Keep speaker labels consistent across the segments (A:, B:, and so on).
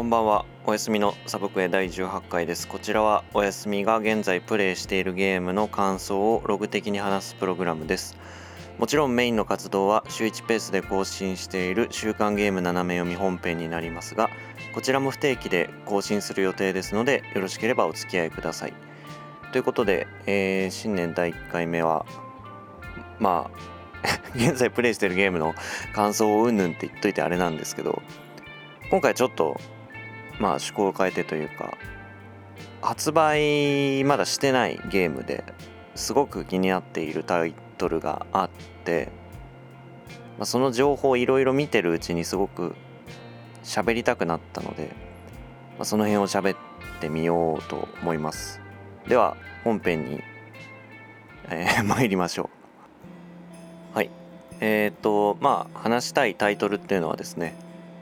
A: んばんは。おやすみのサブクエ第18回です。こちらはおやすみが現在プレイしているゲームの感想をログ的に話すプログラムです。もちろんメインの活動は週1ペースで更新している週刊ゲーム斜め読み本編になりますが、こちらも不定期で更新する予定ですので、よろしければお付き合いください。ということで、新年第1回目は現在プレイしているゲームの感想をうんぬんって言っといてあれなんですけど、今回ちょっと趣向を変えてというか、発売まだしてないゲームですごく気になっているタイトルがあって、その情報をいろいろ見てるうちにすごく喋りたくなったので、その辺を喋ってみようと思います。では本編に、参りましょう。はい。話したいタイトルっていうのはですね、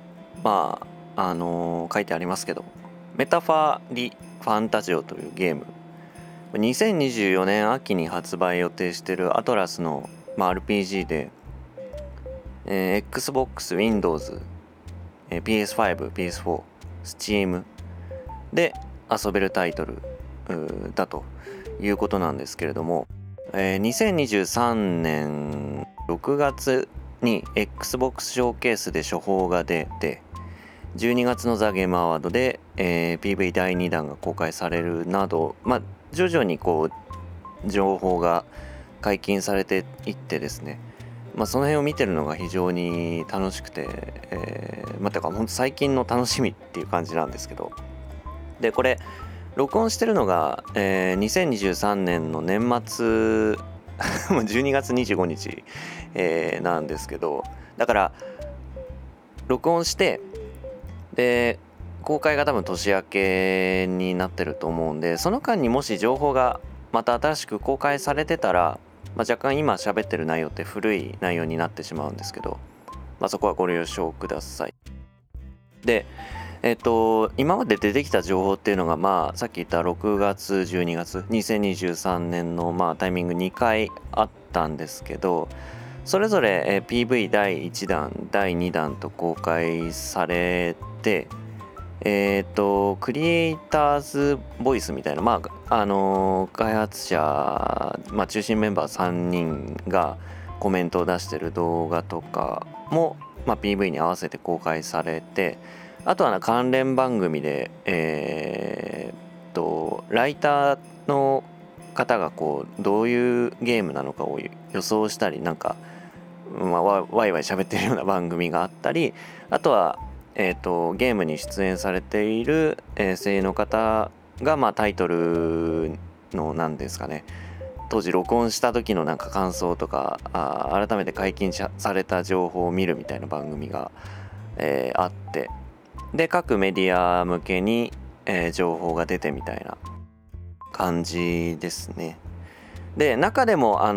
A: 書いてありますけど、メタファリ・ファンタジオというゲーム、2024年秋に発売予定しているアトラスの、RPG で、Xbox、Windows、PS5、PS4、Steam で遊べるタイトルだということなんですけれども、2023年6月に Xbox ショーケースで初報が出て、12月のザ・ゲームアワードで、PV 第2弾が公開されるなど、徐々にこう情報が解禁されていってですね、その辺を見てるのが非常に楽しくて、てか本当最近の楽しみっていう感じなんですけど、でこれ録音してるのが、2023年の年末12月25日、なんですけど、だから録音してで公開が多分年明けになってると思うんで、その間にもし情報がまた新しく公開されてたら、若干今喋ってる内容って古い内容になってしまうんですけど、そこはご了承ください。で今まで出てきた情報っていうのが、さっき言った6月12月2023年のタイミング2回あったんですけど、それぞれ、PV 第1弾第2弾と公開されて、クリエイターズボイスみたいな、開発者、中心メンバー3人がコメントを出してる動画とかも、PV に合わせて公開されて、あとは関連番組でライターの方がこうどういうゲームなのかを予想したり、ワイワイ喋ってるような番組があったり、あとはゲームに出演されている、声優の方がタイトルの何ですかね、当時録音した時の感想とか改めて解禁された情報を見るみたいな番組が、あって、で各メディア向けに、情報が出てみたいな感じですね。で中でも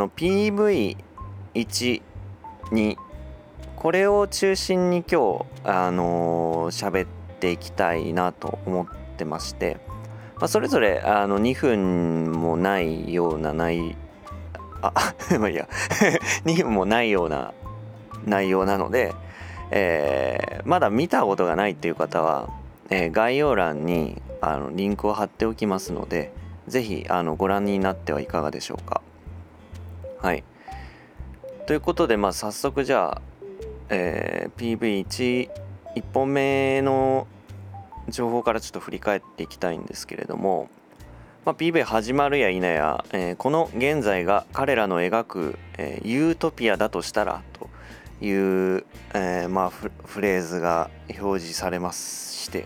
A: PV1、2これを中心に今日喋っていきたいなと思ってまして、それぞれ2分もないようなまあいいや2分もないような内容なので、まだ見たことがないっていう方は、概要欄にリンクを貼っておきますので、ぜひご覧になってはいかがでしょうか。はい。ということで、早速じゃあ、PV1 本目の情報からちょっと振り返っていきたいんですけれども、PV 始まるや否や、この現在が彼らの描く、ユートピアだとしたらという、フレーズが表示されまして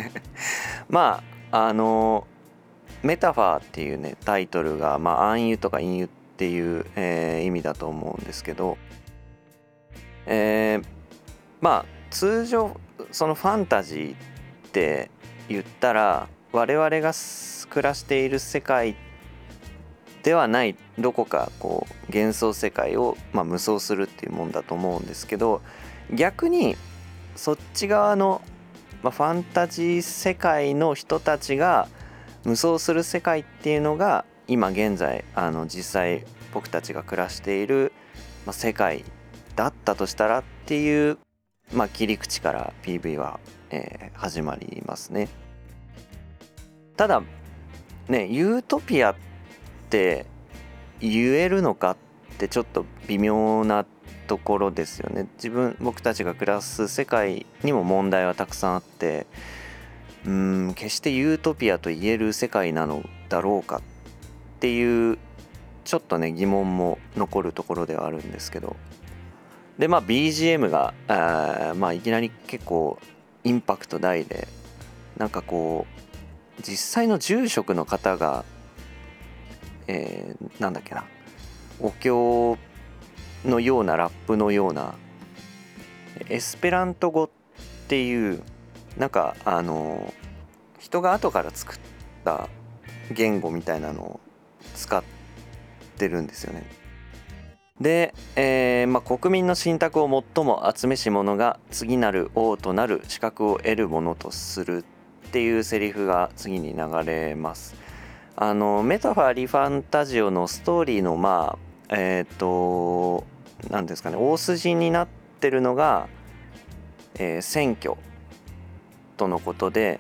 A: メタファーっていうねタイトルが、暗喩とか隠喩っていう、意味だと思うんですけど、通常そのファンタジーって言ったら我々が暮らしている世界ではないどこかこう幻想世界を、無双するっていうもんだと思うんですけど、逆にそっち側の、ファンタジー世界の人たちが無双する世界っていうのが今現在実際僕たちが暮らしている、世界だったとしたらっていう、切り口から PV は始まりますね。ただね、ユートピアって言えるのかってちょっと微妙なところですよね。僕たちが暮らす世界にも問題はたくさんあって、決してユートピアと言える世界なのだろうかっていうちょっとね疑問も残るところではあるんですけど、でBGM がいきなり結構インパクト大で、なんかこう実際の住職の方が、なんだっけな、お経のようなラップのようなエスペラント語っていうなんか人が後から作った言語みたいなのを使ってるんですよね。で、国民の信託を最も集めし者が次なる王となる資格を得るものとするっていうセリフが次に流れます。メタファー・リファンタジオのストーリーの何ですかね、大筋になってるのが、選挙とのことで、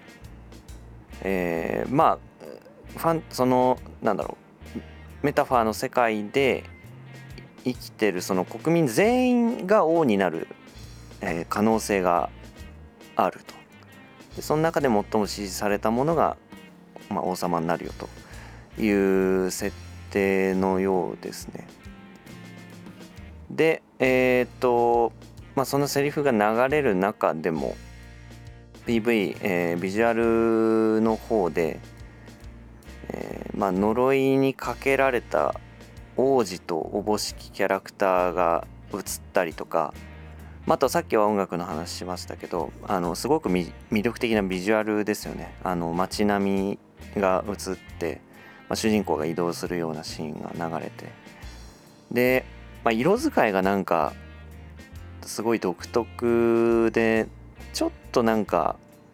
A: そのなんだろう、メタファーの世界で生きてるその国民全員が王になる、可能性があると。でその中で最も支持されたものが、王様になるよという設定のようですね。でそのセリフが流れる中でも PV、ビジュアルの方で、呪いにかけられた王子とおぼしきキャラクターが映ったりとか、あとさっきは音楽の話しましたけど、すごく魅力的なビジュアルですよね。街並みが映って、主人公が移動するようなシーンが流れて、で、色使いがなんかすごい独特で、ちょっとなんか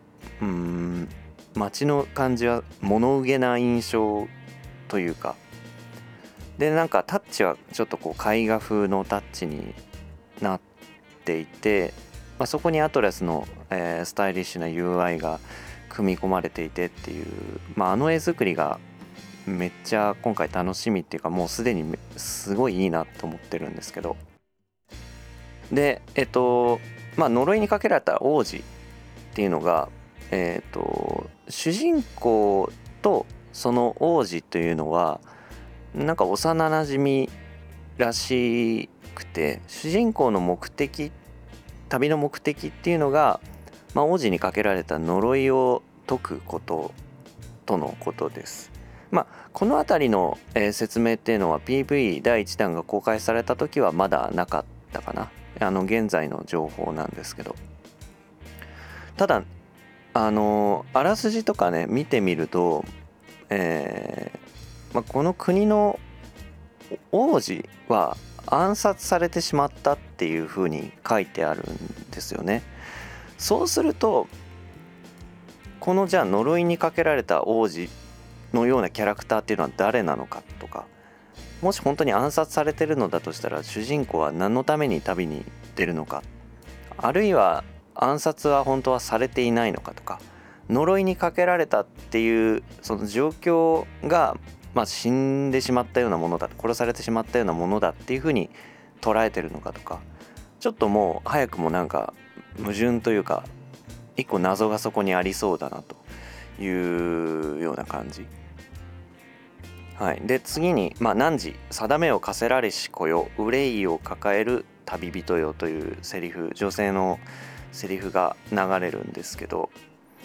A: 街の感じは物憂げな印象というかで、なんかタッチはちょっとこう絵画風のタッチになっていて、そこにアトラスの、スタイリッシュな UI が組み込まれていてっていう、絵作りがめっちゃ今回楽しみっていうか、もうすでにすごいいいなと思ってるんですけど、で呪いにかけられた王子っていうのが、主人公とその王子というのはなんか幼なじみらしくて、主人公の旅の目的っていうのが、王子にかけられた呪いを解くこととのことです。この辺りの、説明っていうのは PV 第1弾が公開された時はまだなかったかな。現在の情報なんですけど、ただあらすじとかね見てみると、この国の王子は暗殺されてしまったっていう風に書いてあるんですよね。そうするとこのじゃあ呪いにかけられた王子のようなキャラクターっていうのは誰なのかとか、もし本当に暗殺されてるのだとしたら主人公は何のために旅に出るのか、あるいは暗殺は本当はされていないのかとか、呪いにかけられたっていうその状況が、死んでしまったようなものだ、殺されてしまったようなものだっていうふうに捉えてるのかとか、ちょっともう早くもなんか矛盾というか一個謎がそこにありそうだなというような感じ。はい、で次に、汝定めを課せられし子よ、憂いを抱える旅人よというセリフ、女性のセリフが流れるんですけど、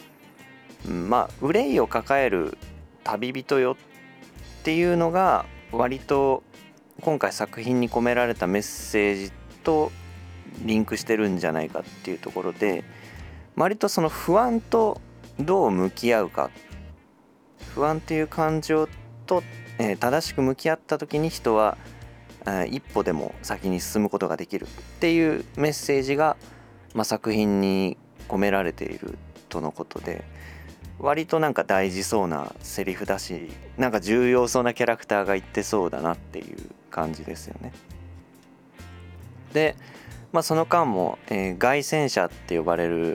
A: 憂いを抱える旅人よっていうのが割と今回作品に込められたメッセージとリンクしてるんじゃないかっていうところで、割とその不安とどう向き合うか、不安っていう感情と、正しく向き合った時に人は、一歩でも先に進むことができるっていうメッセージが、作品に込められているとのことで、割となんか大事そうなセリフだし、なんか重要そうなキャラクターが言ってそうだなっていう感じですよね。で、その間も、凱旋者って呼ばれる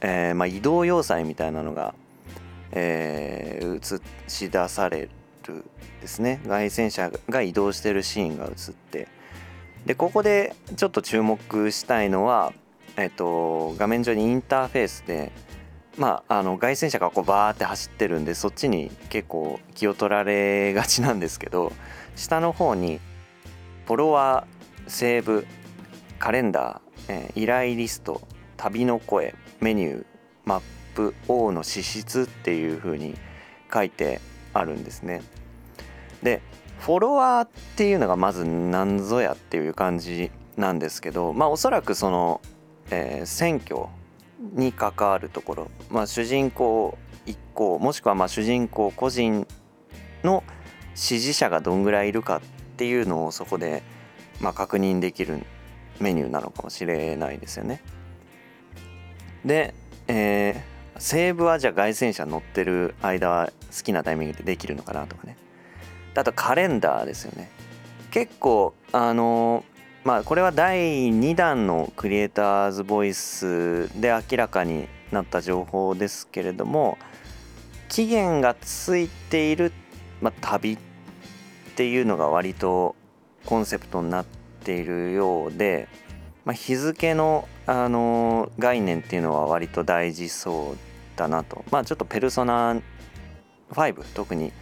A: 移動要塞みたいなのが、映し出されるですね。外戦車が移動してるシーンが映って、でここでちょっと注目したいのは、画面上にインターフェースで外戦車がこうバーって走ってるんで、そっちに結構気を取られがちなんですけど、下の方にフォロワー、セーブ、カレンダー、依頼リスト、旅の声、メニュー、マップ、王の資質っていう風に書いてあるんですね。でフォロワーっていうのがまず何ぞやっていう感じなんですけど、おそらくその、選挙に関わるところ、主人公一行もしくは主人公個人の支持者がどんぐらいいるかっていうのをそこで確認できるメニューなのかもしれないですよね。で、セーブはじゃあ外戦車乗ってる間は好きなタイミングでできるのかなとかね。あとカレンダーですよね。結構これは第2弾のクリエイターズボイスで明らかになった情報ですけれども、期限がついている、旅っていうのが割とコンセプトになっているようで、日付の、概念っていうのは割と大事そうだなと。ちょっとペルソナ5特に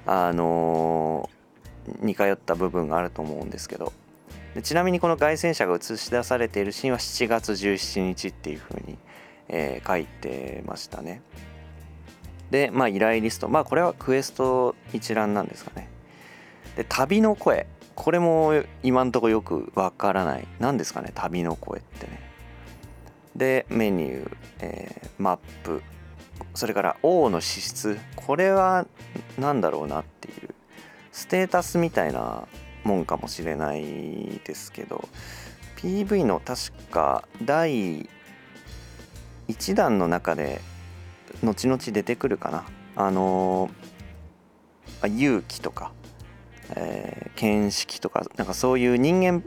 A: 似通った部分があると思うんですけど、ちなみにこの外戦車が映し出されているシーンは7月17日っていう風に、書いてましたね。で依頼リスト、これはクエスト一覧なんですかね。で旅の声、これも今んとこよくわからない、何ですかね旅の声ってね。でメニュー、マップ、それから王の資質、これは何だろうなっていうステータスみたいなもんかもしれないですけど、 PV の確か第1弾の中で後々出てくるかな、勇気とか、見識とか、なんかそういう人間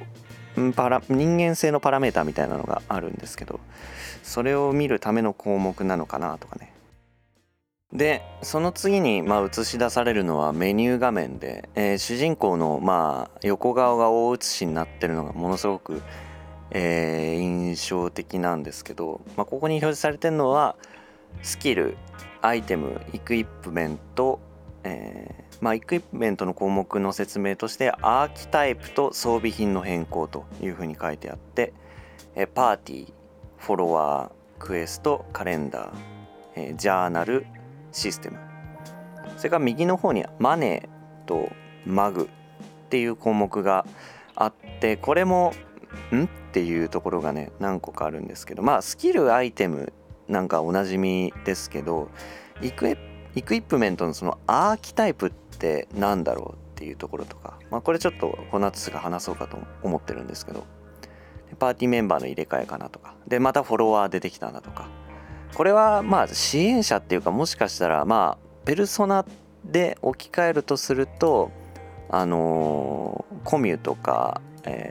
A: 性のパラメーターみたいなのがあるんですけど、それを見るための項目なのかなとかね。でその次に映し出されるのはメニュー画面で、主人公の横顔が大写しになってるのがものすごく、印象的なんですけど、ここに表示されてるのはスキル、アイテム、イクイプメント、イクイプメントの項目の説明としてアーキタイプと装備品の変更というふうに書いてあって、パーティー、フォロワー、クエスト、カレンダー、ジャーナル、システム、それから右の方にはマネーとマグっていう項目があって、これもっていうところがね何個かあるんですけど、スキル、アイテムなんかおなじみですけど、イクイプメントのそのアーキタイプってなんだろうっていうところとか、これちょっとコナツが話そうかと思ってるんですけど、パーティーメンバーの入れ替えかなとかで、またフォロワー出てきたなとか、これは支援者っていうか、もしかしたらペルソナで置き換えるとするとコミュとか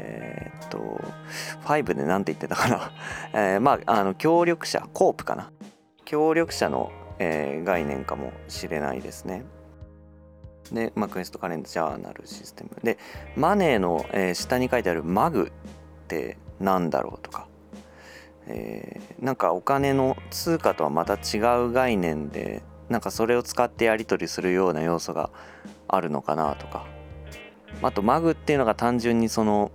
A: 5で何て言ってたかな協力者、コープかな、協力者の、概念かもしれないですね。で、クエスト、カレンダー、ジャーナル、システムで、マネーの、下に書いてあるマグってなんだろうとか、なんかお金の通貨とはまた違う概念で、なんかそれを使ってやり取りするような要素があるのかなとか、あとマグっていうのが単純にその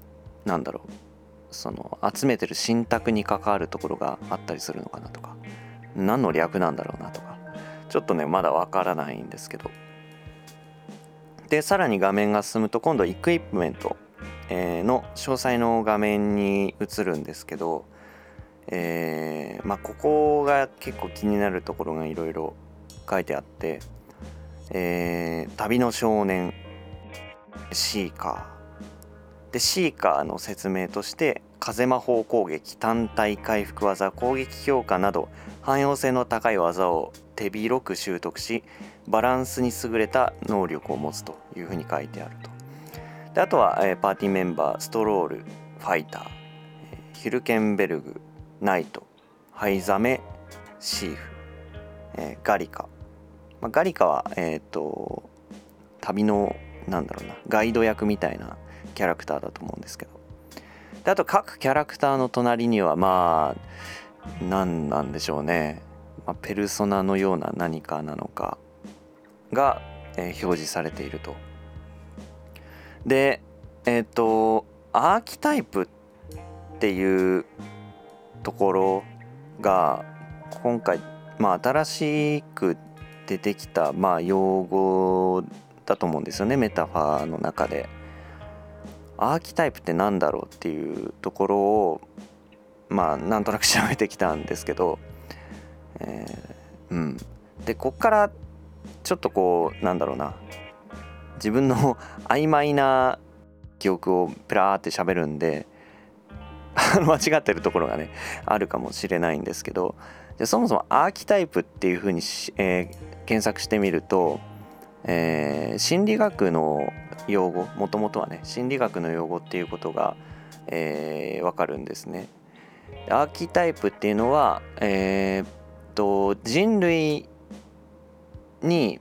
A: 集めてる信託に関わるところがあったりするのかなとか、何の略なんだろうなとか、ちょっとねまだわからないんですけど。でさらに画面が進むと、今度イクイプメントの詳細の画面に移るんですけど、ここが結構気になるところがいろいろ書いてあって、旅の少年、シーカーで、シーカーの説明として、風魔法攻撃、単体回復技、攻撃強化など汎用性の高い技を手広く習得し、バランスに優れた能力を持つというふうに書いてあると。であとは、パーティーメンバー、ストロール、ファイター、ヒュルケンベルグ、ナイト、 ハイザメ、シーフ、ガリカ、ガリカは旅のガイド役みたいなキャラクターだと思うんですけど、であと各キャラクターの隣には何なんでしょうね、ペルソナのような何かなのかが、表示されていると。でアーキタイプっていうところが今回、新しく出てきた、用語だと思うんですよね、メタファーの中で。アーキタイプってなんだろうっていうところをなんとなく調べてきたんですけど、でこっからちょっと自分の曖昧な記憶をプラーって喋るんで間違ってるところがねあるかもしれないんですけど、じゃそもそもアーキタイプっていうふうに検索してみると、心理学の用語、もともとはね心理学の用語っていうことが、わかるんですね。アーキタイプっていうのは、人類に、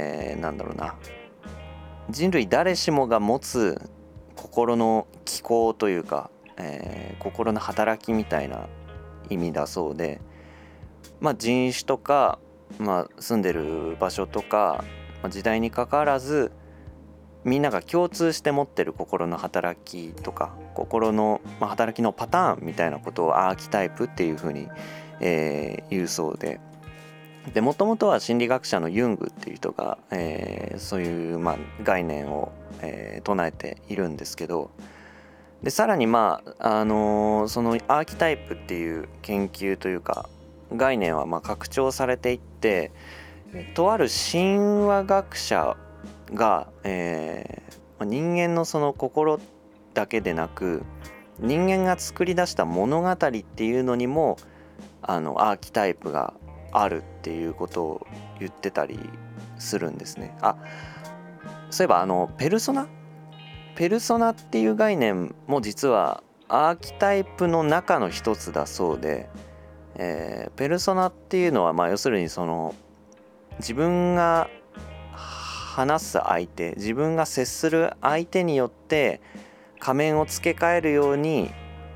A: 人類誰しもが持つ心の機構というか、心の働きみたいな意味だそうで、人種とか、住んでる場所とか、時代にかかわらずみんなが共通して持ってる心の働きとか心の、働きのパターンみたいなことをアーキタイプっていうふうに、言うそうで、もともとは心理学者のユングっていう人が、そういう、概念を、唱えているんですけど、でさらにそのアーキタイプっていう研究というか概念は拡張されていって、とある神話学者が、人間のその心だけでなく人間が作り出した物語っていうのにもアーキタイプがあるっていうことを言ってたりするんですね。そういえばペルソナっていう概念も実はアーキタイプの中の一つだそうで、ペルソナっていうのは要するにその自分が話す相手、自分が接する相手によって仮面を付け替えるように、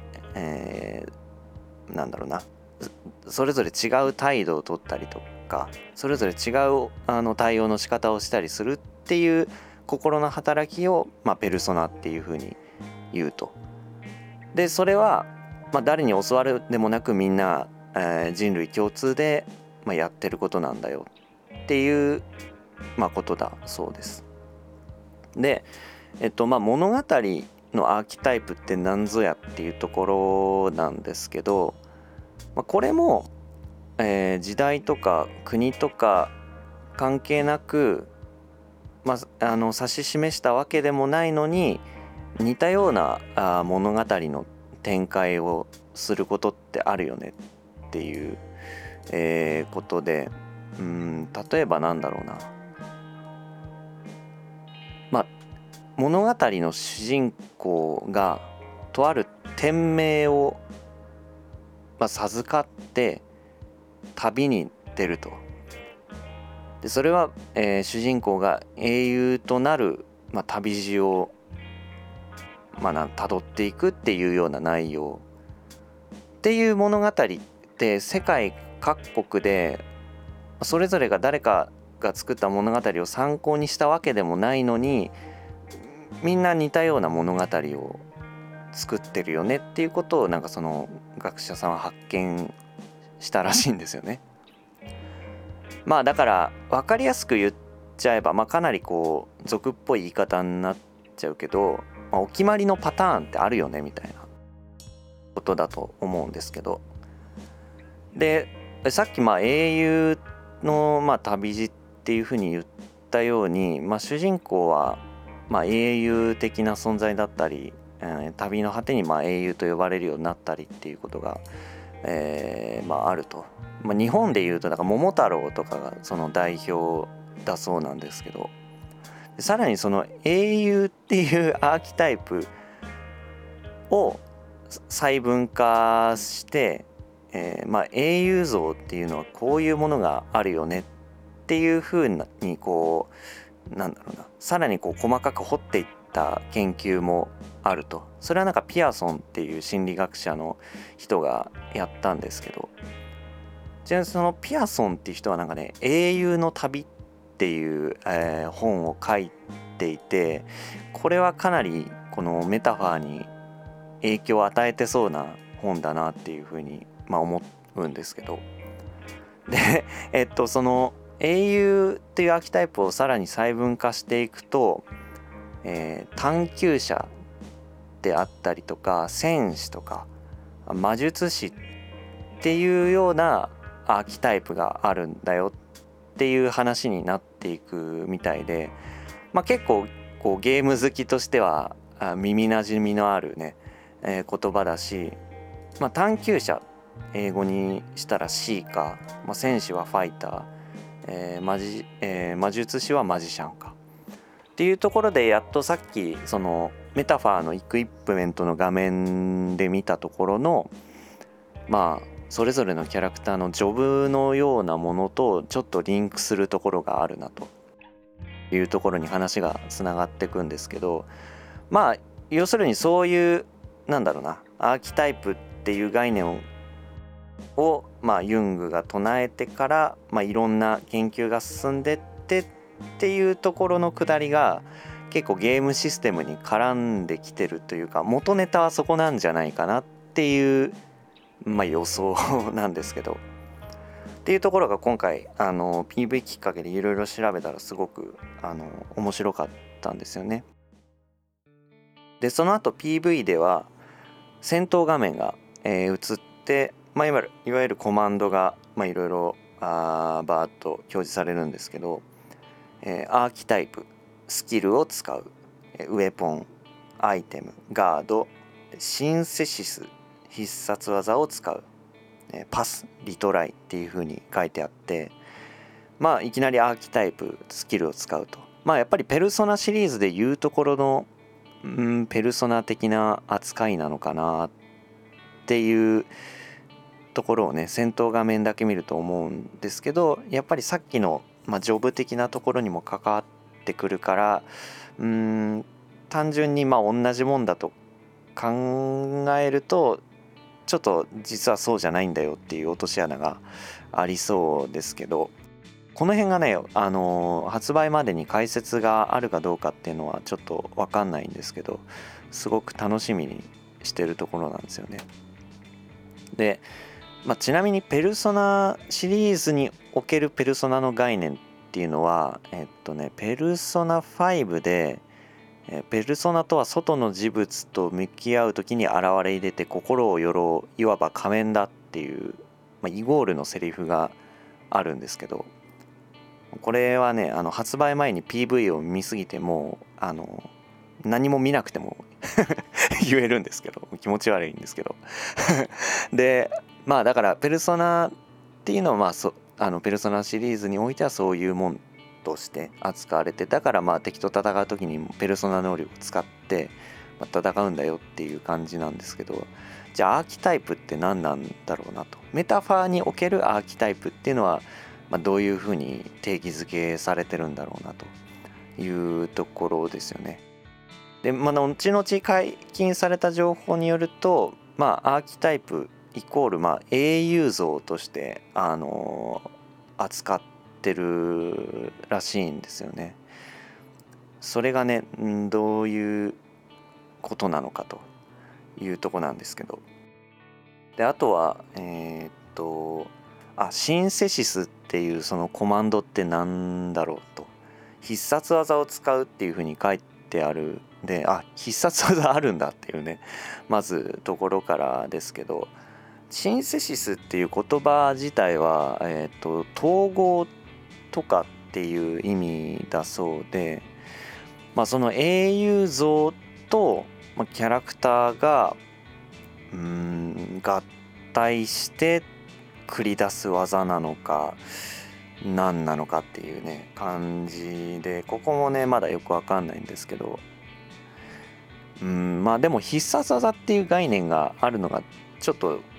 A: それぞれ違う態度を取ったりとかそれぞれ違う対応の仕方をしたりするっていう心の働きを、ペルソナっていうふうに言うと。でそれは、誰に教わるでもなくみんな、人類共通で、やってることなんだよっていう、ことだそうです。で、物語のアーキタイプって何ぞやっていうところなんですけど、これも、時代とか国とか関係なく、指し示したわけでもないのに似たような物語の展開をすることってあるよねっていう、ことで、例えば物語の主人公がとある天命を、授かって旅に出ると。でそれは、主人公が英雄となる、旅路を辿っていくっていうような内容っていう物語って世界各国でそれぞれが誰かが作った物語を参考にしたわけでもないのにみんな似たような物語を作ってるよねっていうことをその学者さんは発見したらしいんですよね。だから分かりやすく言っちゃえば、かなり俗っぽい言い方になっちゃうけど、お決まりのパターンってあるよねみたいなことだと思うんですけど、でさっき英雄の旅路っていうふうに言ったように、主人公は英雄的な存在だったり、旅の果てに英雄と呼ばれるようになったりっていうことが、あると。日本でいうと桃太郎とかがその代表だそうなんですけど、さらにその英雄っていうアーキタイプを細分化して英雄像っていうのはこういうものがあるよねっていうふうにこうさらにこう細かく掘っていった研究もあると。それはなんかピアソンっていう心理学者の人がやったんですけど、ちなみにそのピアソンっていう人はなんかね「英雄の旅」っていう、本を書いていて、これはかなりこのメタファーに影響を与えてそうな本だなっていうふうに、思うんですけど、でその英雄っていうアーキタイプをさらに細分化していくと、探求者であったりとか戦士とか魔術師っていうようなアーキタイプがあるんだよっていう話になっていくみたいで、結構こうゲーム好きとしては耳なじみのあるね、言葉だし、探求者英語にしたらシーカー、戦士はファイター、魔術師はマジシャンかっていうところで、やっとさっきそのメタファーのイクイプメントの画面で見たところのそれぞれのキャラクターのジョブのようなものとちょっとリンクするところがあるなというところに話がつながっていくんですけど、要するにそういうアーキタイプっていう概念をユングが唱えてから、いろんな研究が進んでってっていうところのくだりが結構ゲームシステムに絡んできてるというか、元ネタはそこなんじゃないかなっていう予想なんですけど、っていうところが今回PV きっかけでいろいろ調べたらすごく面白かったんですよね。でその後 PV では戦闘画面が、映って、いわゆるコマンドがいろいろバーッと表示されるんですけど、アーキタイプ、スキルを使う、ウェポン、アイテム、ガード、シンセシス、必殺技を使う、パス、リトライっていう風に書いてあって、いきなりアーキタイプ、スキルを使うと、やっぱりペルソナシリーズでいうところのペルソナ的な扱いなのかなっていうところをね、戦闘画面だけ見ると思うんですけど、やっぱりさっきの、ジョブ的なところにも関わってくるから、単純に同じもんだと考えるとちょっと実はそうじゃないんだよっていう落とし穴がありそうですけど、この辺がね発売までに解説があるかどうかっていうのはちょっと分かんないんですけど、すごく楽しみにしてるところなんですよね。で、ちなみにペルソナシリーズにおけるペルソナの概念っていうのはペルソナ5でペルソナとは外の事物と向き合う時に現れ出て心を鎧う、いわば仮面だっていう、イゴールのセリフがあるんですけど、これはね発売前に PV を見すぎても何も見なくても言えるんですけど、気持ち悪いんですけどでだからペルソナっていうのはペルソナシリーズにおいてはそういうもんとして扱われて、だから敵と戦う時にもペルソナ能力を使って戦うんだよっていう感じなんですけど、じゃあアーキタイプって何なんだろうなと。メタファーにおけるアーキタイプっていうのはどういうふうに定義づけされてるんだろうなというところですよね。で後々解禁された情報によると、アーキタイプイコール英雄像として扱ってるらしいんですよね。それがねどういうことなのかというとこなんですけど、であとはシンセシスっていうそのコマンドってなんだろうと、必殺技を使うっていうふうに書いてあるで、必殺技あるんだっていうね、まずところからですけど、シンセシスっていう言葉自体は、統合とかっていう意味だそうで、その英雄像と、キャラクターが合体して繰り出す技なのか何なのかっていうね感じで、ここもねまだよくわかんないんですけど、でも必殺技っていう概念があるのがちょっと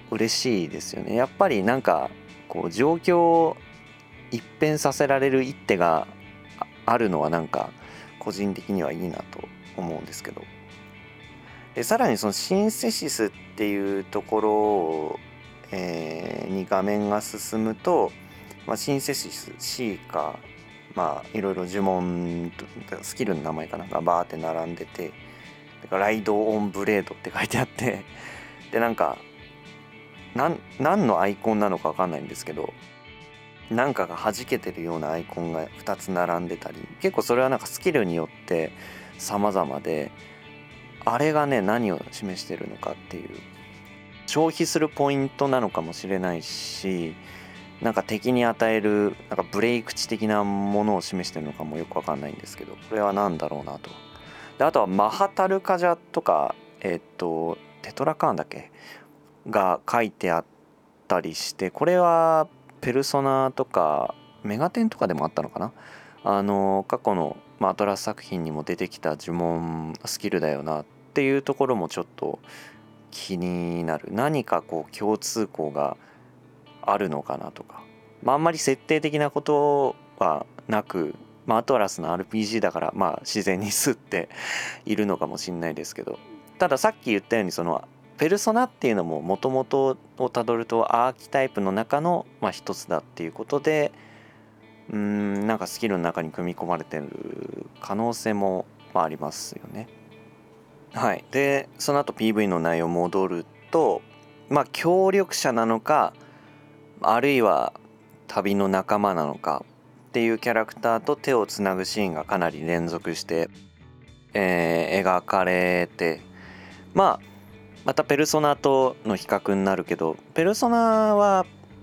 A: 嬉しいですよね。やっぱりなんかこう状況を一変させられる一手があるのはなんか個人的にはいいなと思うんですけど、でさらにそのシンセシスっていうところを、に画面が進むと、シンセシス C かいろいろ呪文スキルの名前かなんかバーって並んでて、ライドオンブレードって書いてあって、でなんか何のアイコンなのか分かんないんですけど、なんかが弾けてるようなアイコンが2つ並んでたり、結構それはなんかスキルによって様々で、あれがね何を示してるのかっていう消費するポイントなのかもしれないし、なんか敵に与えるなんかブレイク値的なものを示してるのかもよくわかんないんですけど、これは何だろうなと。であとはマハタルカジャとかテトラカーンだっけが書いてあったりして、これはペルソナとかメガテンとかでもあったのかな、過去の、アトラス作品にも出てきた呪文スキルだよなっていうところもちょっと気になる。何かこう共通項があるのかなとか、あんまり設定的なことはなく、アトラスの RPG だから自然にスッているのかもしれないですけど、たださっき言ったようにそのペルソナっていうのももともとをたどるとアーキタイプの中の一つだっていうことで、なんかスキルの中に組み込まれてる可能性もありますよね。はい。でその後 PV の内容戻ると、協力者なのかあるいは旅の仲間なのかっていうキャラクターと手をつなぐシーンがかなり連続して、描かれて、またペルソナとの比較になるけど、ペルソナは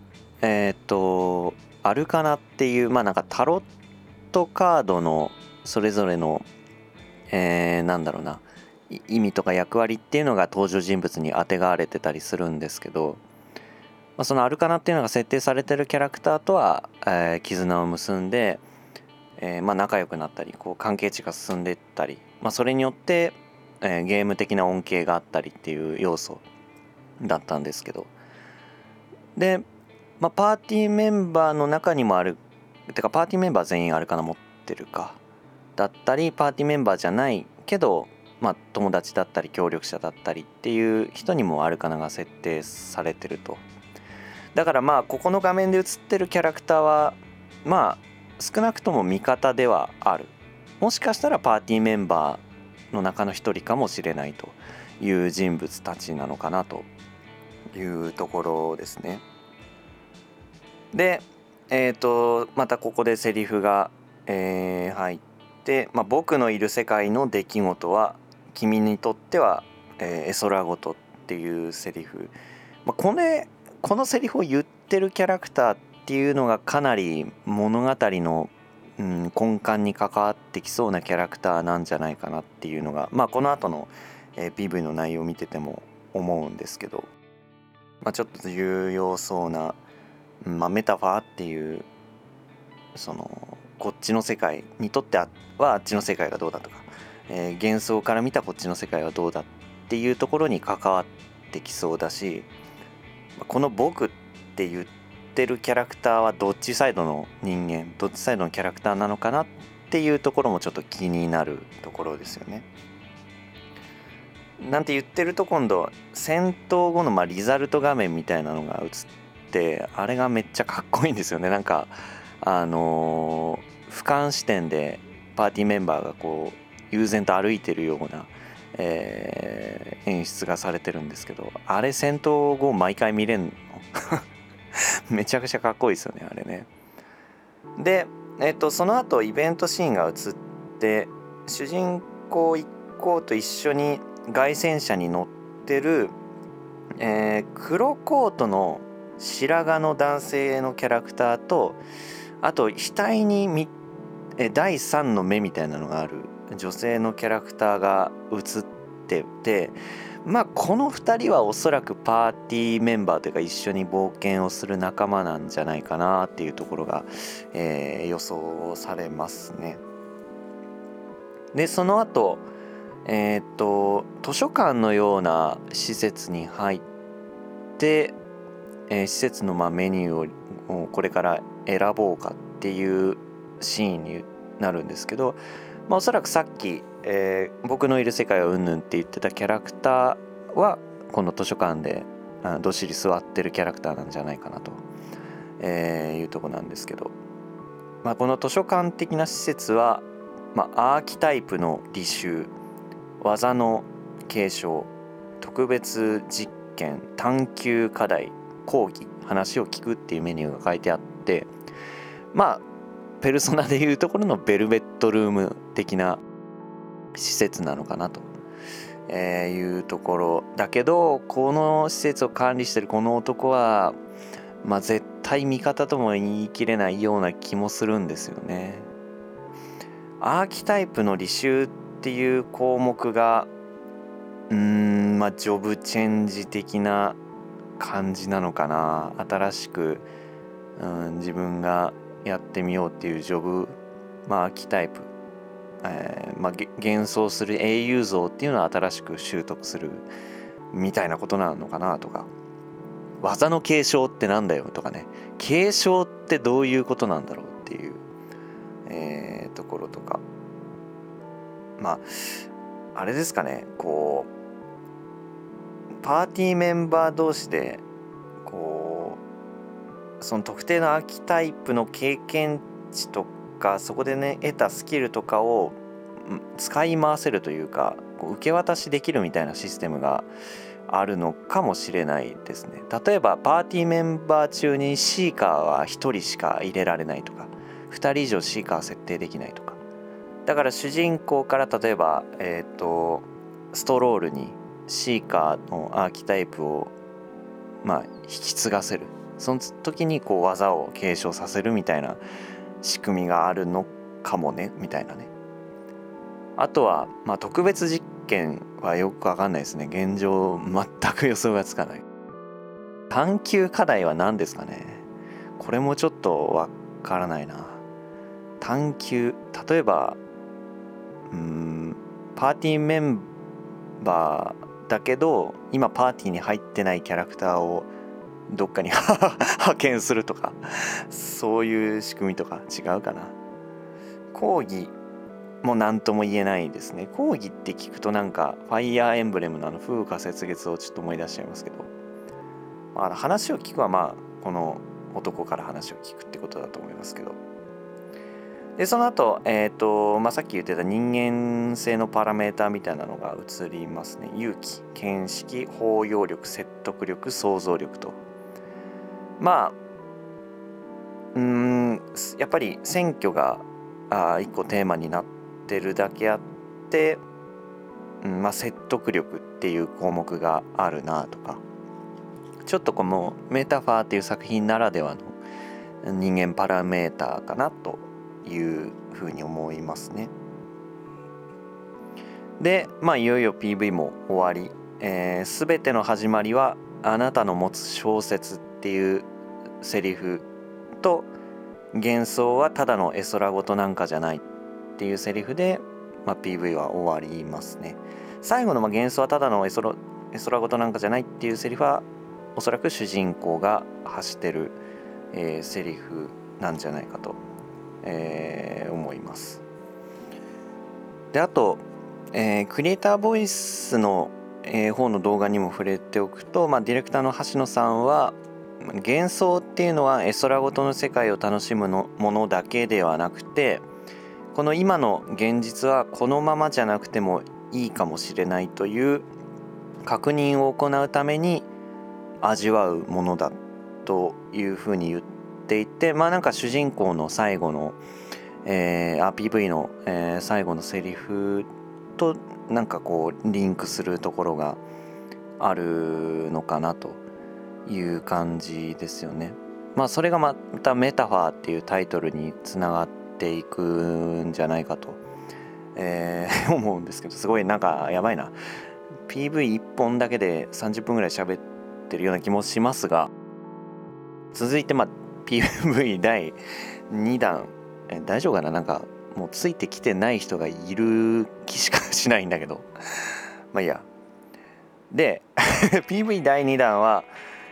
A: アルカナっていうなんかタロットカードのそれぞれの、なんだろうな意味とか役割っていうのが登場人物にあてがわれてたりするんですけど、そのアルカナっていうのが設定されてるキャラクターとは、絆を結んで、仲良くなったりこう関係値が進んでいったり、それによって、ゲーム的な恩恵があったりっていう要素だったんですけど、で、パーティーメンバーの中にもあるてかパーティーメンバー全員アルカナ持ってるかだったり、パーティーメンバーじゃないけど友達だったり協力者だったりっていう人にもアルカナが設定されてると。だからここの画面で映ってるキャラクターは少なくとも味方ではある、もしかしたらパーティーメンバーの中の一人かもしれないという人物たちなのかなというところですね。でまたここでセリフが、入って、僕のいる世界の出来事は君にとっては、絵空事っていうセリフ、このセリフを言ってるキャラクターっていうのがかなり物語の、根幹に関わってきそうなキャラクターなんじゃないかなっていうのが、この後の、PV の内容を見てても思うんですけど、ちょっと重要そうな、メタファーっていうそのこっちの世界にとってはあっちの世界がどうだとか、幻想から見たこっちの世界はどうだっていうところに関わってきそうだし、この僕って言ってるキャラクターはどっちサイドの人間、どっちサイドのキャラクターなのかなっていうところもちょっと気になるところですよね。なんて言ってると今度戦闘後のリザルト画面みたいなのが映って、あれがめっちゃかっこいいんですよね。なんか俯瞰視点でパーティーメンバーがこう悠然と歩いてるような、演出がされてるんですけど、あれ戦闘後毎回見れんのめちゃくちゃかっこいいですよねあれね。でその後イベントシーンが映って、主人公一行と一緒に凱旋車に乗ってる、黒コートの白髪の男性のキャラクターと、あと額に第三の目みたいなのがある女性のキャラクターが映ってて、この2人はおそらくパーティーメンバーというか一緒に冒険をする仲間なんじゃないかなっていうところが、予想されますね。でその後図書館のような施設に入っ 、施設のメニューをこれから選ぼうかっていうシーンになるんですけど、おそらくさっき、僕のいる世界はうんぬんって言ってたキャラクターはこの図書館でどっしり座ってるキャラクターなんじゃないかなと、いうとこなんですけど、この図書館的な施設は、アーキタイプの履修、技の継承、特別実験、探究課題、講義、話を聞くっていうメニューが書いてあって、ペルソナでいうところのベルベットルーム的な施設なのかなと、いうところだけど、この施設を管理してるこの男は絶対味方とも言い切れないような気もするんですよね。アーキタイプの履修っていう項目がジョブチェンジ的な感じなのかな。新しく、自分がやってみようっていうジョブ、アーキタイプ、幻想する英雄像っていうのを新しく習得するみたいなことなのかなとか、技の継承ってなんだよとかね、継承ってどういうことなんだろうっていう、ところとか、あれですかね、こうパーティーメンバー同士でこうその特定のアーキタイプの経験値とか、そこでね得たスキルとかを使い回せるというか、受け渡しできるみたいなシステムがあるのかもしれないですね。例えばパーティーメンバー中にシーカーは1人しか入れられないとか、2人以上シーカー設定できないとか、だから主人公から例えば、ストロールにシーカーのアーキタイプを引き継がせる、その時にこう技を継承させるみたいな仕組みがあるのかもねみたいなね。あとは特別実験はよくわかんないですね。現状全く予想がつかない。探究課題は何ですかね。これもちょっとわからないな。探究、例えばパーティーメンバーだけど今パーティーに入ってないキャラクターをどっかに派遣するとか、そういう仕組みとか違うかな。講義も何とも言えないですね。講義って聞くとなんかファイヤーエンブレムの風花雪月をちょっと思い出しちゃいますけど、話を聞くはこの男から話を聞くってことだと思いますけど、でその後、さっき言ってた人間性のパラメーターみたいなのが映りますね。勇気、見識、包容力、説得力、想像力と。やっぱり選挙が一個テーマになってるだけあって、説得力っていう項目があるなとか、ちょっとこのメタファーっていう作品ならではの人間パラメーターかなというふうに思いますね。でいよいよ PV も終わり、全ての始まりはあなたの持つ小説っていうセリフと、幻想はただの絵空事なんかじゃないっていうセリフで、PV は終わりますね。最後の幻想はただの絵空事なんかじゃないっていうセリフはおそらく主人公が発してる、セリフなんじゃないかと、思います。であと、クリエイターボイスの、方の動画にも触れておくと、ディレクターの橋野さんは幻想っていうのは絵空事の世界を楽しむものだけではなくて、この今の現実はこのままじゃなくてもいいかもしれないという確認を行うために味わうものだというふうに言っていて、なんか主人公の最後の、PV の、最後のセリフとなんかこうリンクするところがあるのかなという感じですよね。それがまたメタファーっていうタイトルにつながっていくんじゃないかと、思うんですけど、すごいなんかやばいな。PV1 本だけで30分ぐらい喋ってるような気もしますが、続いてPV 第2弾、大丈夫かな。なんかもうついてきてない人がいる気しかしないんだけどいいや。でPV 第2弾は、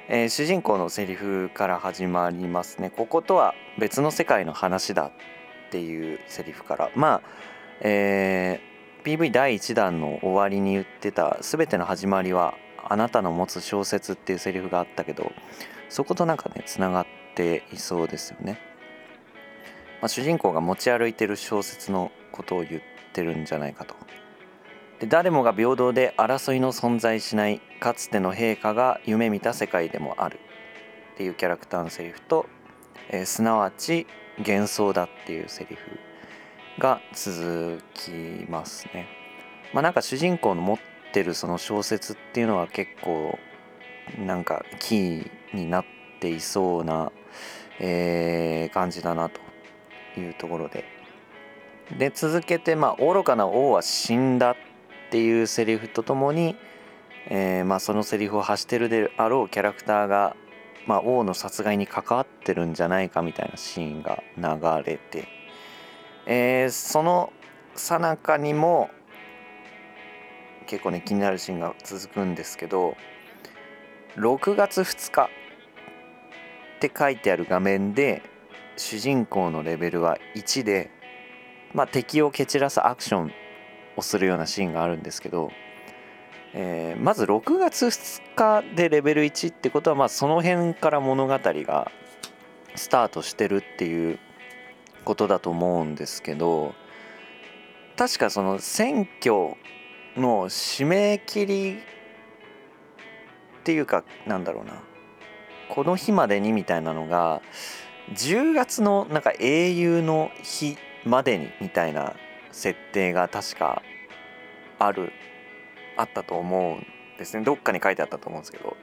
A: 主人公のセリフから始まりますね。こことは別の世界の話だっていうセリフから、PV 第1弾の終わりに言ってた全ての始まりはあなたの持つ小説っていうセリフがあったけど、そことなんかねつながっていそうですよね。主人公が持ち歩いてる小説のことを言ってるんじゃないかと。で、誰もが平等で争いの存在しないかつての陛下が夢見た世界でもあるっていうキャラクターのセリフと、すなわち幻想だっていうセリフが続きますね。なんか主人公の持ってるその小説っていうのは結構なんかキーになっていそうな、感じだなというところで、続けて愚かな王は死んだっていうセリフとともに、そのセリフを発してるであろうキャラクターが、王の殺害に関わってるんじゃないかみたいなシーンが流れて、その最中にも結構ね気になるシーンが続くんですけど、6月2日って書いてある画面で主人公のレベルは1で、敵を蹴散らすアクションをするようなシーンがあるんですけど、まず6月2日でレベル1ってことは、その辺から物語がスタートしてるっていうことだと思うんですけど、確かその選挙の締め切りっていうかなんだろうな、この日までにみたいなのが10月のなんか英雄の日までにみたいな設定が確かあったと思うんですね。どっかに書いてあったと思うんですけど、だ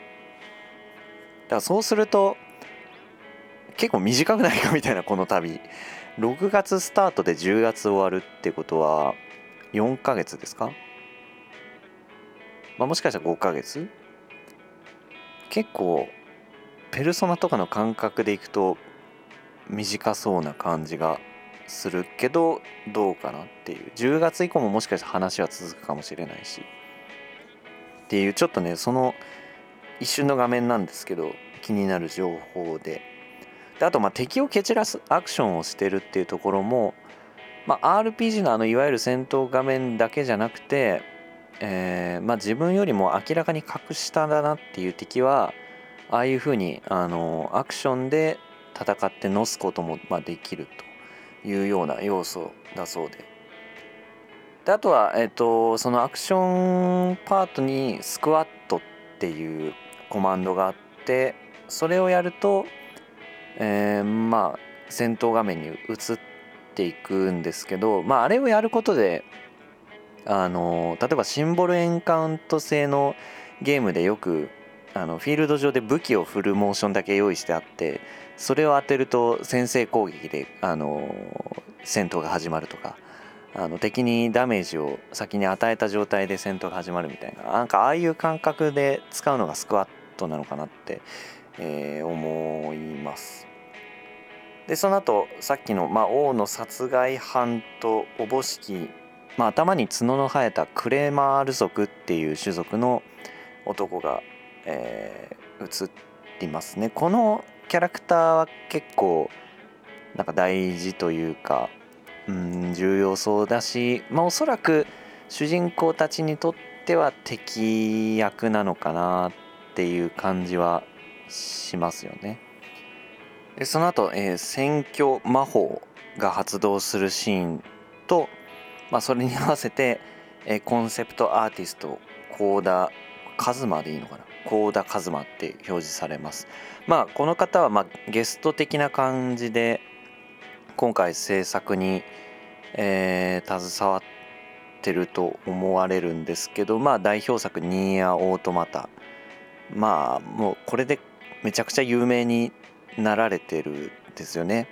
A: からそうすると結構短くないかみたいな、この旅6月スタートで10月終わるってことは4ヶ月ですか。もしかしたら5ヶ月、結構ペルソナとかの感覚でいくと短そうな感じがするけど、どうかなっていう。10月以降ももしかしたら話は続くかもしれないしっていう、ちょっとねその一瞬の画面なんですけど気になる情報で、あと敵を蹴散らすアクションをしてるっていうところも、RPG のいわゆる戦闘画面だけじゃなくて、自分よりも明らかに格下だなっていう敵はああいう風にアクションで戦ってのすこともできるというような要素だそうで、あとは、そのアクションパートにスクワットっていうコマンドがあって、それをやると、戦闘画面に移っていくんですけど、あれをやることで例えばシンボルエンカウント制のゲームでよくフィールド上で武器を振るモーションだけ用意してあって、それを当てると先制攻撃で戦闘が始まるとか、敵にダメージを先に与えた状態で戦闘が始まるみたいな、なんかああいう感覚で使うのがスクワットなのかなって、思います。でその後さっきの、王の殺害犯とおぼしき、頭に角の生えたクレマール族っていう種族の男が、映りますね。このキャラクターは結構なんか大事というか、重要そうだし、おそらく主人公たちにとっては敵役なのかなっていう感じはしますよね。でその後、選挙魔法が発動するシーンと、それに合わせて、コンセプトアーティスト幸田一馬でいいのかな、幸田一馬って表示されます。この方はゲスト的な感じで今回制作に、携わってると思われるんですけど、代表作ニーアオートマタ、もうこれでめちゃくちゃ有名になられてるんですよね。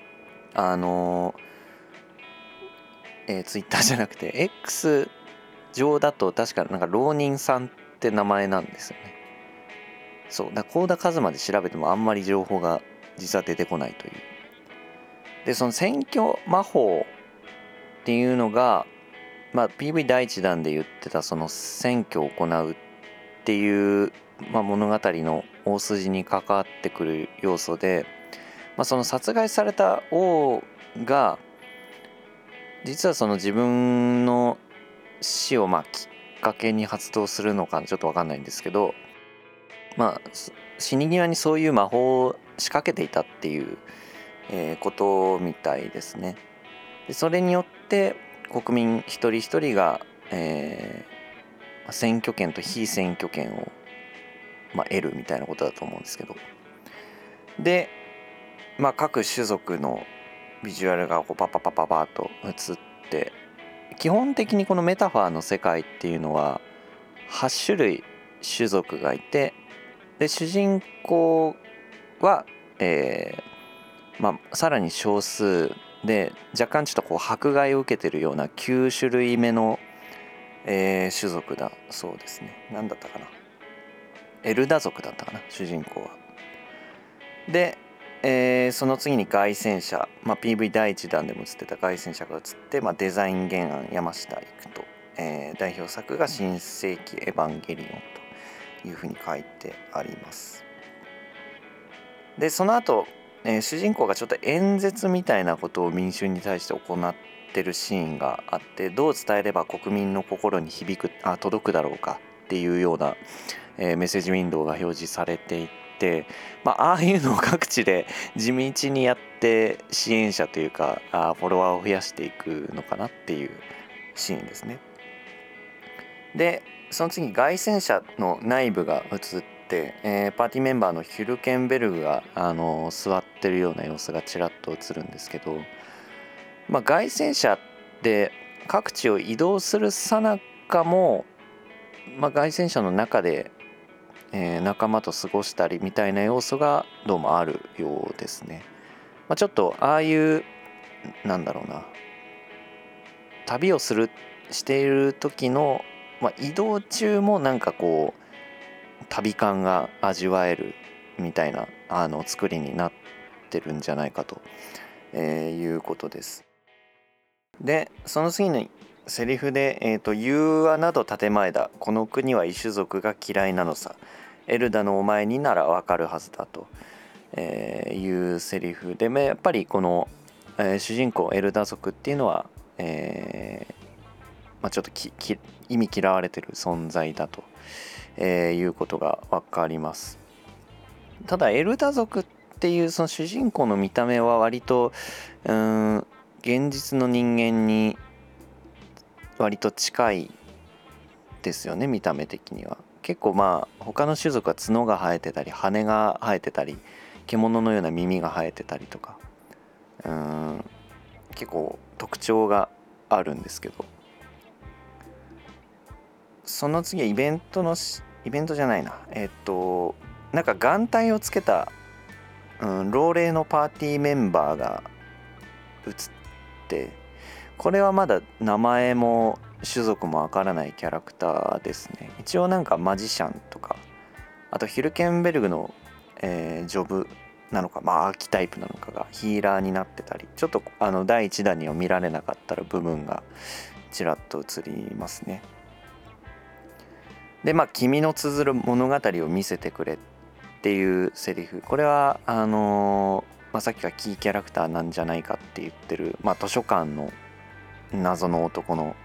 A: ツイッターじゃなくて X 上だと確かなんか浪人さんって名前なんですよね。そうだ、幸田一馬で調べてもあんまり情報が実は出てこないという。でその選挙魔法っていうのが、PV 第1弾で言ってたその選挙を行うっていう物語の大筋に関わってくる要素で、その殺害された王が実はその自分の死をきっかけに発動するのかちょっと分かんないんですけど、死に際にそういう魔法を仕掛けていたっていう、ことみたいですね。でそれによって国民一人一人が、選挙権と非選挙権を、得るみたいなことだと思うんですけど、で、各種族のビジュアルがこうパパパパパッと映って、基本的にこのメタファーの世界っていうのは8種類種族がいて、で主人公は、さらに少数で若干ちょっとこう迫害を受けてるような9種類目の、種族だそうですね。何だったかな、エルダ族だったかな、主人公は。で、その次に凱旋者、PV 第1弾でも映ってた凱旋者が映って、デザイン原案山下育人、代表作が新世紀エヴァンゲリオンというふうに書いてあります。でその後、主人公がちょっと演説みたいなことを民衆に対して行ってるシーンがあって、どう伝えれば国民の心に届くだろうかっていうような、メッセージウィンドウが表示されていて、ああいうのを各地で地道にやって支援者というかフォロワーを増やしていくのかなっていうシーンですね。でその次凱旋者の内部が映って、パーティーメンバーのヒュルケンベルグが座ってるような様子がちらっと映るんですけど、凱旋者って各地を移動するさなかも、凱旋者の中で、仲間と過ごしたりみたいな要素がどうもあるようですね。ちょっとああいう旅をしている時の、移動中もこう旅感が味わえるみたいな作りになってるんじゃないかと、いうことです。でその次にセリフで「融和など建前だ。この国は異種族が嫌いなのさ。エルダのお前にならわかるはずだ」と、いうセリフで、やっぱりこの、主人公エルダ族っていうのは、ちょっと意味嫌われてる存在だと、いうことが分かります。ただエルダ族っていうその主人公の見た目は割と現実の人間に割と近いですよね、見た目的には。結構他の種族は角が生えてたり羽が生えてたり獣のような耳が生えてたりとか結構特徴があるんですけど、その次はイベントじゃないな眼帯をつけた、老齢のパーティーメンバーが映って、これはまだ名前も種族もわからないキャラクターですね。一応マジシャンとか、あとヒルケンベルグの、ジョブなのかアーキタイプなのかがヒーラーになってたり、ちょっと第1弾には見られなかった部分がちらっと映りますね。で君の綴る物語を見せてくれっていうセリフ、これはさっきがキーキャラクターなんじゃないかって言ってる、図書館の謎の男の、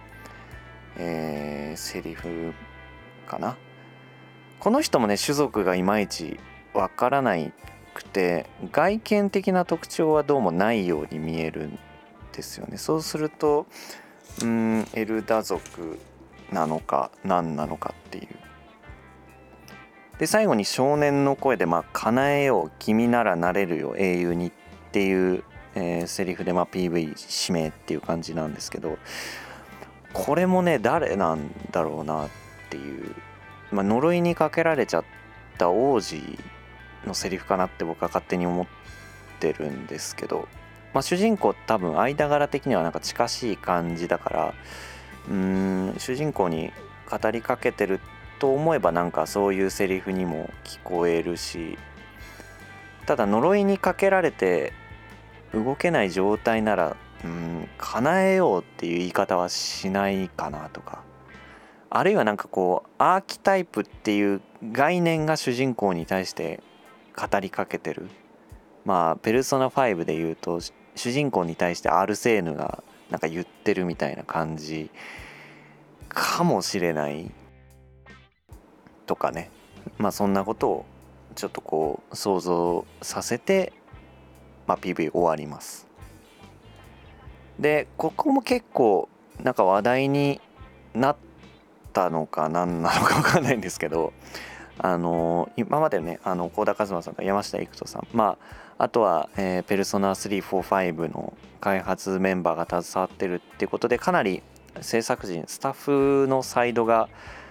A: セリフかな。この人もね種族がいまいちわからないくて、外見的な特徴はどうもないように見えるんですよね。そうするとエルダ族なのか何なのかっていう。で最後に少年の声で叶えよう君ならなれるよ英雄にっていう、セリフでPV 指名っていう感じなんですけど、これもね誰なんだろうなっていう、呪いにかけられちゃった王子のセリフかなって僕は勝手に思ってるんですけど、主人公多分間柄的には近しい感じだから、主人公に語りかけてると思えばそういうセリフにも聞こえるし、ただ呪いにかけられて動けない状態なら叶えようっていう言い方はしないかなとかあるいはなんかこうアーキタイプっていう概念が主人公に対して語りかけてる。まあペルソナ5で言うと主人公に対してアルセーヌがなんか言ってるみたいな感じかもしれないとかね。まあそんなことをちょっとこう想像させて、まあ、PV 終わります。でここも結構なんか話題になったのか何なのか分かんないんですけど、今までね幸田一馬さんと山下育人さん、まああとは、ペルソナ345の開発メンバーが携わってるっていうことで、かなり制作陣スタッフのサイドが、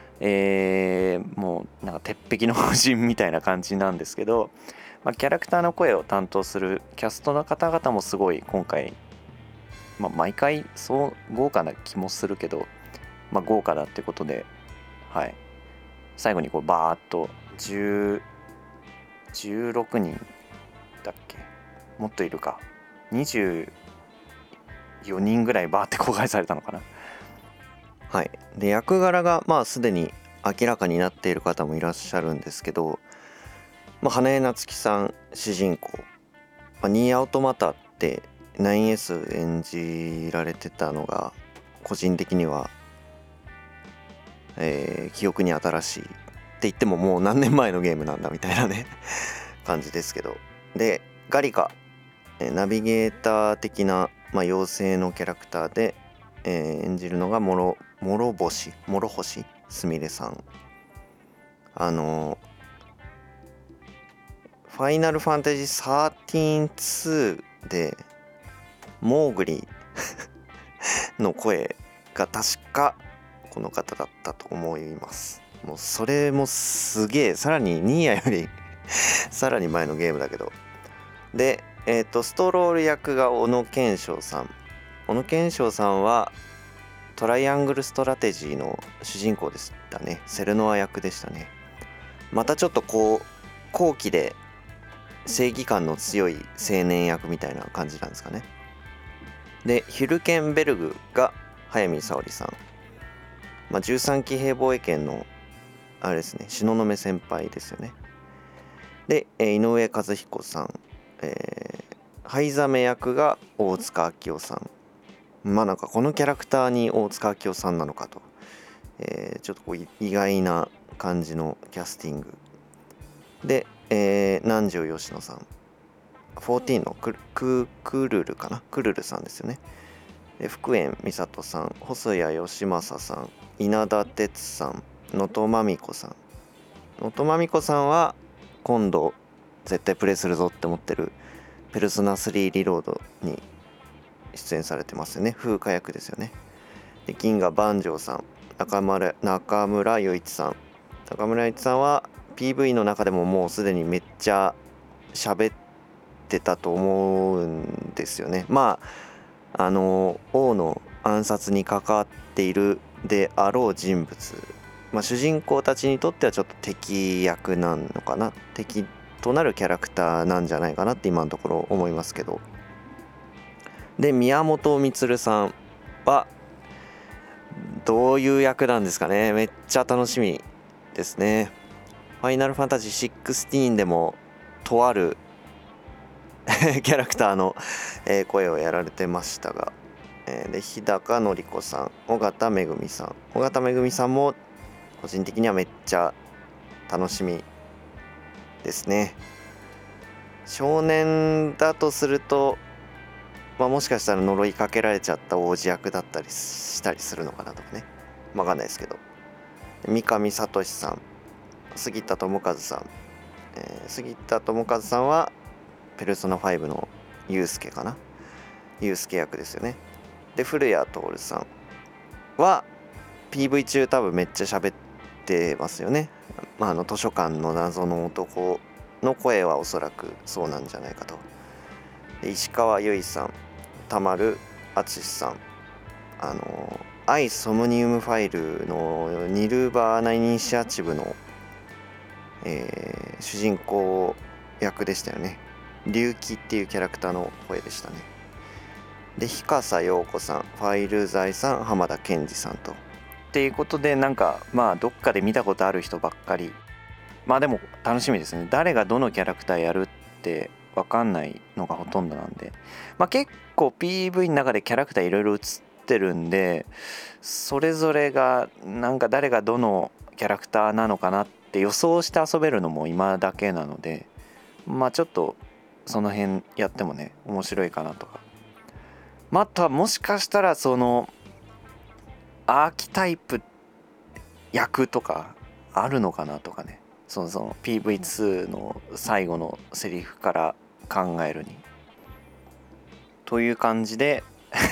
A: もうなんか鉄壁の布陣みたいな感じなんですけど、まあ、キャラクターの声を担当するキャストの方々もすごい今回、まあ、毎回そう豪華な気もするけど、まあ、豪華だってことで、はい、最後にこうバーっと16人だっけ、もっといるか、24人ぐらいバーって公開されたのかな。はい、で役柄がまあすでに明らかになっている方もいらっしゃるんですけど、まあ、花江夏樹さん主人公、ニーアウトマタって 9S 演じられてたのが個人的には、記憶に新しいって言ってももう何年前のゲームなんだみたいなね感じですけど、でガリカ、ナビゲーター的な、妖精のキャラクターで、演じるのが諸星すみれさん。ファイナルファンタジー13-2でモーグリの声が確かこの方だったと思います。もうそれもすげえ、さらにニーヤよりさらに前のゲームだけど。でストロール役が小野賢章さん。小野賢章さんはトライアングルストラテジーの主人公でしたね。セルノア役でしたね。またちょっとこう後期で正義感の強い青年役みたいな感じなんですかね。でヒュルケンベルグが早見沙織さん、13騎兵防衛権のあれですね、東雲先輩ですよね。で井上和彦さん、灰ザメ役が大塚明夫さん。なんかこのキャラクターに大塚明夫さんなのかと、ちょっとこう意外な感じのキャスティングで、南條佳乃さん、14のクルルかな、クルルさんですよね。で福円美里さん、細谷義正さん、稲田哲さん、能登まみこさん。能登まみこさんは今度絶対プレイするぞって思ってるペルソナ3リロードに出演されてますよね。風花役ですよね。で銀河万丈さん、中村雄一さん。中村雄一さんは PV の中でももうすでにめっちゃ喋ってたと思うんですよね。王の暗殺に関わっているであろう人物、主人公たちにとってはちょっと敵役なのかな、敵となるキャラクターなんじゃないかなって今のところ思いますけど。で宮本充さんはどういう役なんですかね。めっちゃ楽しみですね。ファイナルファンタジー16でもとあるキャラクターの声をやられてましたが、で日高のり子さん、尾形めぐみさんも個人的にはめっちゃ楽しみですね。少年だとすると、もしかしたら呪いかけられちゃった王子役だったりしたりするのかなとかね、分かんないですけど。三上聡さん、杉田智和さん、杉田智和さんはペルソナ5のユウスケかな、ユウスケ役ですよね。で古谷徹さんは PV 中多分めっちゃ喋ってますよね。図書館の謎の男の声はおそらくそうなんじゃないかと。で石川由依さん、田丸淳さん、アイ・ソムニウムファイルのニルバーナ・イニシアチブの、主人公役でしたよね。龍騎っていうキャラクターの声でしたね。で日笠陽子さん、ファイル財さん、浜田健二さんとっていうことで、なんかまあどっかで見たことある人ばっかり。まあでも楽しみですね。誰がどのキャラクターやるって分かんないのがほとんどなんで、まあ結構 PV の中でキャラクターいろいろ映ってるんで、それぞれがなんか誰がどのキャラクターなのかなって予想して遊べるのも今だけなので、まあちょっとその辺やってもね面白いかなとか。まあ、あとはもしかしたらそのアーキタイプ役とかあるのかなとかね、その PV2 の最後のセリフから考えるにという感じで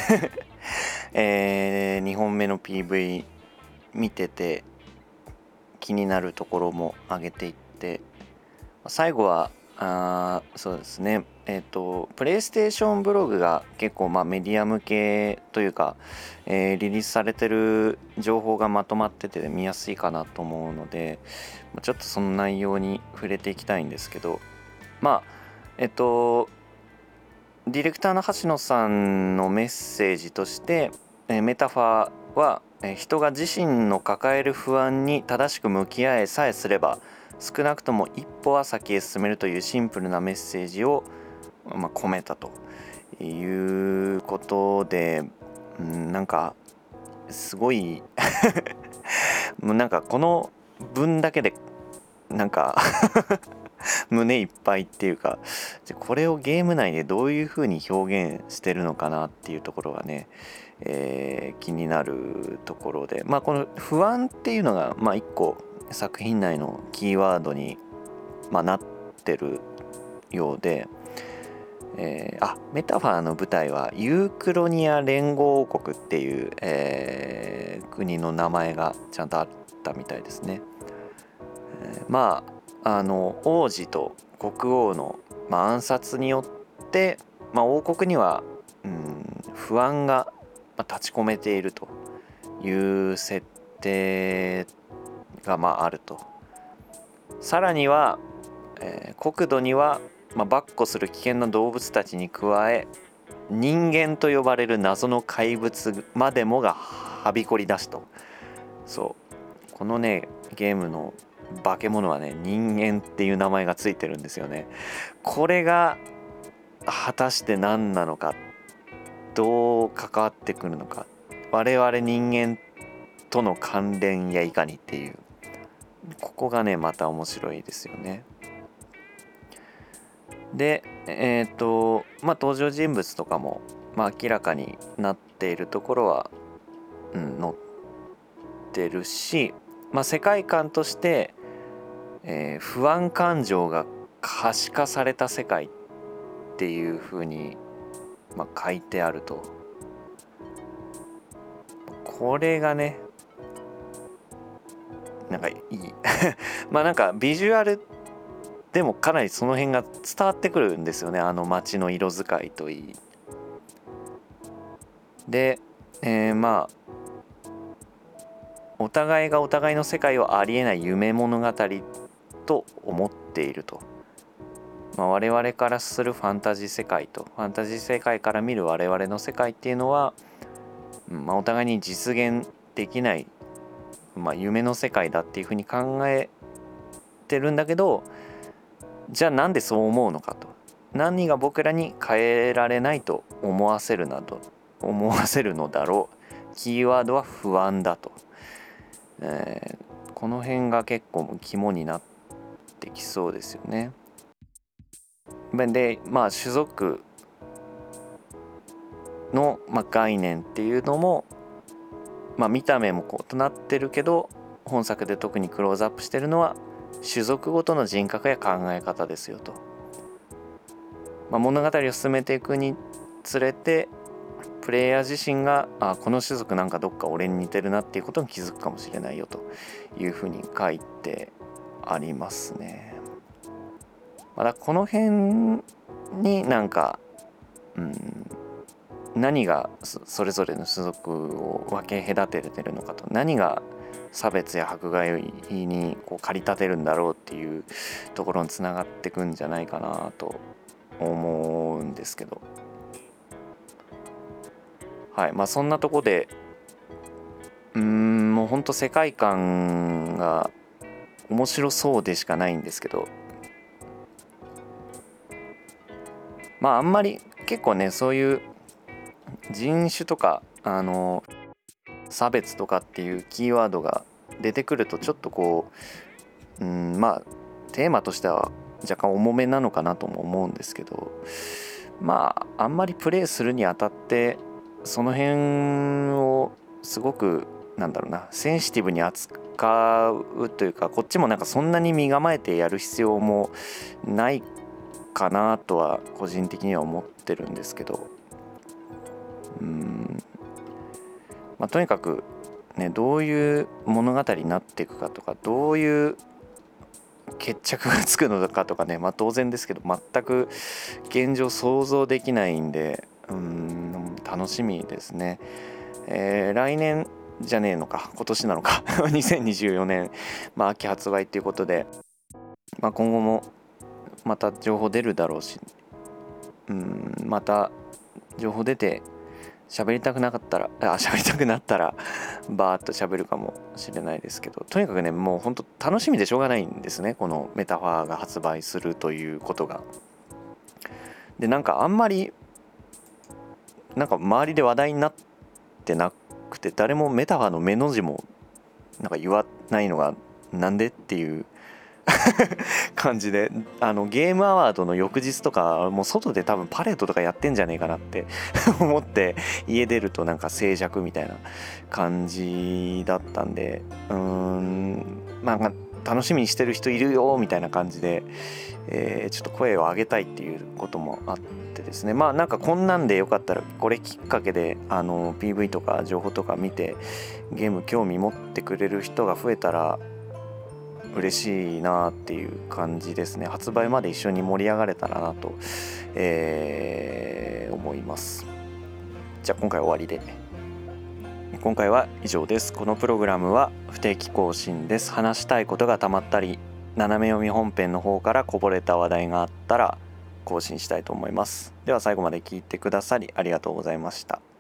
A: 2本目の PV 見てて気になるところも上げていって、最後はそうですね、プレイステーションブログが結構メディア向けというか、リリースされてる情報がまとまってて見やすいかなと思うので、ちょっとその内容に触れていきたいんですけど、ディレクターの橋野さんのメッセージとして、メタファーは人が自身の抱える不安に正しく向き合えさえすれば少なくとも一歩は先へ進めるというシンプルなメッセージを、込めたということで、なんかすごいもうなんかこの文だけでなんか胸いっぱいっていうか、これをゲーム内でどういう風に表現してるのかなっていうところがね、気になるところで、この不安っていうのが一個作品内のキーワードに、なってるようで、メタファーの舞台はユークロニア連合王国っていう、国の名前がちゃんとあったみたいですね。王子と国王の、暗殺によって、王国には、不安が立ち込めているという設定があると。さらには、国土には、跋扈する危険な動物たちに加え人間と呼ばれる謎の怪物までもがはびこり出しと。そうこのねゲームの化け物はね人間っていう名前がついてるんですよね。これが果たして何なのか、どう関わってくるのか、我々人間との関連やいかにっていう、ここがねまた面白いですよね。で登場人物とかも、明らかになっているところは、載ってるし、世界観として、不安感情が可視化された世界っていう風に、書いてあると。これがねなんかいいなんかビジュアルでもかなりその辺が伝わってくるんですよね。あの街の色使いといいで、お互いがお互いの世界をありえない夢物語と思っていると、我々からするファンタジー世界とファンタジー世界から見る我々の世界っていうのは、お互いに実現できない、夢の世界だっていうふうに考えてるんだけど、じゃあなんでそう思うのかと、何が僕らに変えられないと思わせるのだろう。キーワードは不安だと、この辺が結構肝になってきそうですよね。で種族の、概念っていうのも、見た目も異なってるけど本作で特にクローズアップしてるのは種族ごとの人格や考え方ですよと。物語を進めていくにつれてプレイヤー自身がこの種族なんかどっか俺に似てるなっていうことに気づくかもしれないよというふうに書いてありますね。だこの辺になんか、何がそれぞれの種族を分け隔ててるのかと、何が差別や迫害にこう駆り立てるんだろうっていうところにつながってくんじゃないかなと思うんですけど、はい、そんなとこでもうほんと世界観が面白そうでしかないんですけど、まああんまり結構ね、そういう人種とか差別とかっていうキーワードが出てくるとちょっとこう、まあテーマとしては若干重めなのかなとも思うんですけど、まああんまりプレイするにあたってその辺をすごくなんだろうな、センシティブに扱うというか、こっちもなんかそんなに身構えてやる必要もないかなとは個人的には思ってるんですけど、とにかくね、どういう物語になっていくかとか、どういう決着がつくのかとかね、当然ですけど全く現状想像できないんで、楽しみですね。来年じゃねえのか、今年なのか2024年、秋発売ということで、今後もまた情報出るだろうし、また情報出て喋りたくなったらバーッと喋るかもしれないですけど、とにかくね、もう本当楽しみでしょうがないんですね、このメタファーが発売するということが。で、なんかあんまりなんか周りで話題になってなくて、誰もメタファーの目の字もなんか言わないのがなんでっていう感じで、ゲームアワードの翌日とかもう外で多分パレードとかやってんじゃねえかなって思って、家出るとなんか静寂みたいな感じだったんで、なんか楽しみにしてる人いるよみたいな感じで、ちょっと声を上げたいっていうこともあってですね、なんかこんなんでよかったらこれきっかけでPV とか情報とか見てゲーム興味持ってくれる人が増えたら嬉しいなっていう感じですね。発売まで一緒に盛り上がれたらなと、思います。じゃあ今回終わりで。今回は以上です。このプログラムは不定期更新です。話したいことがたまったり、斜め読み本編の方からこぼれた話題があったら更新したいと思います。では最後まで聞いてくださりありがとうございました。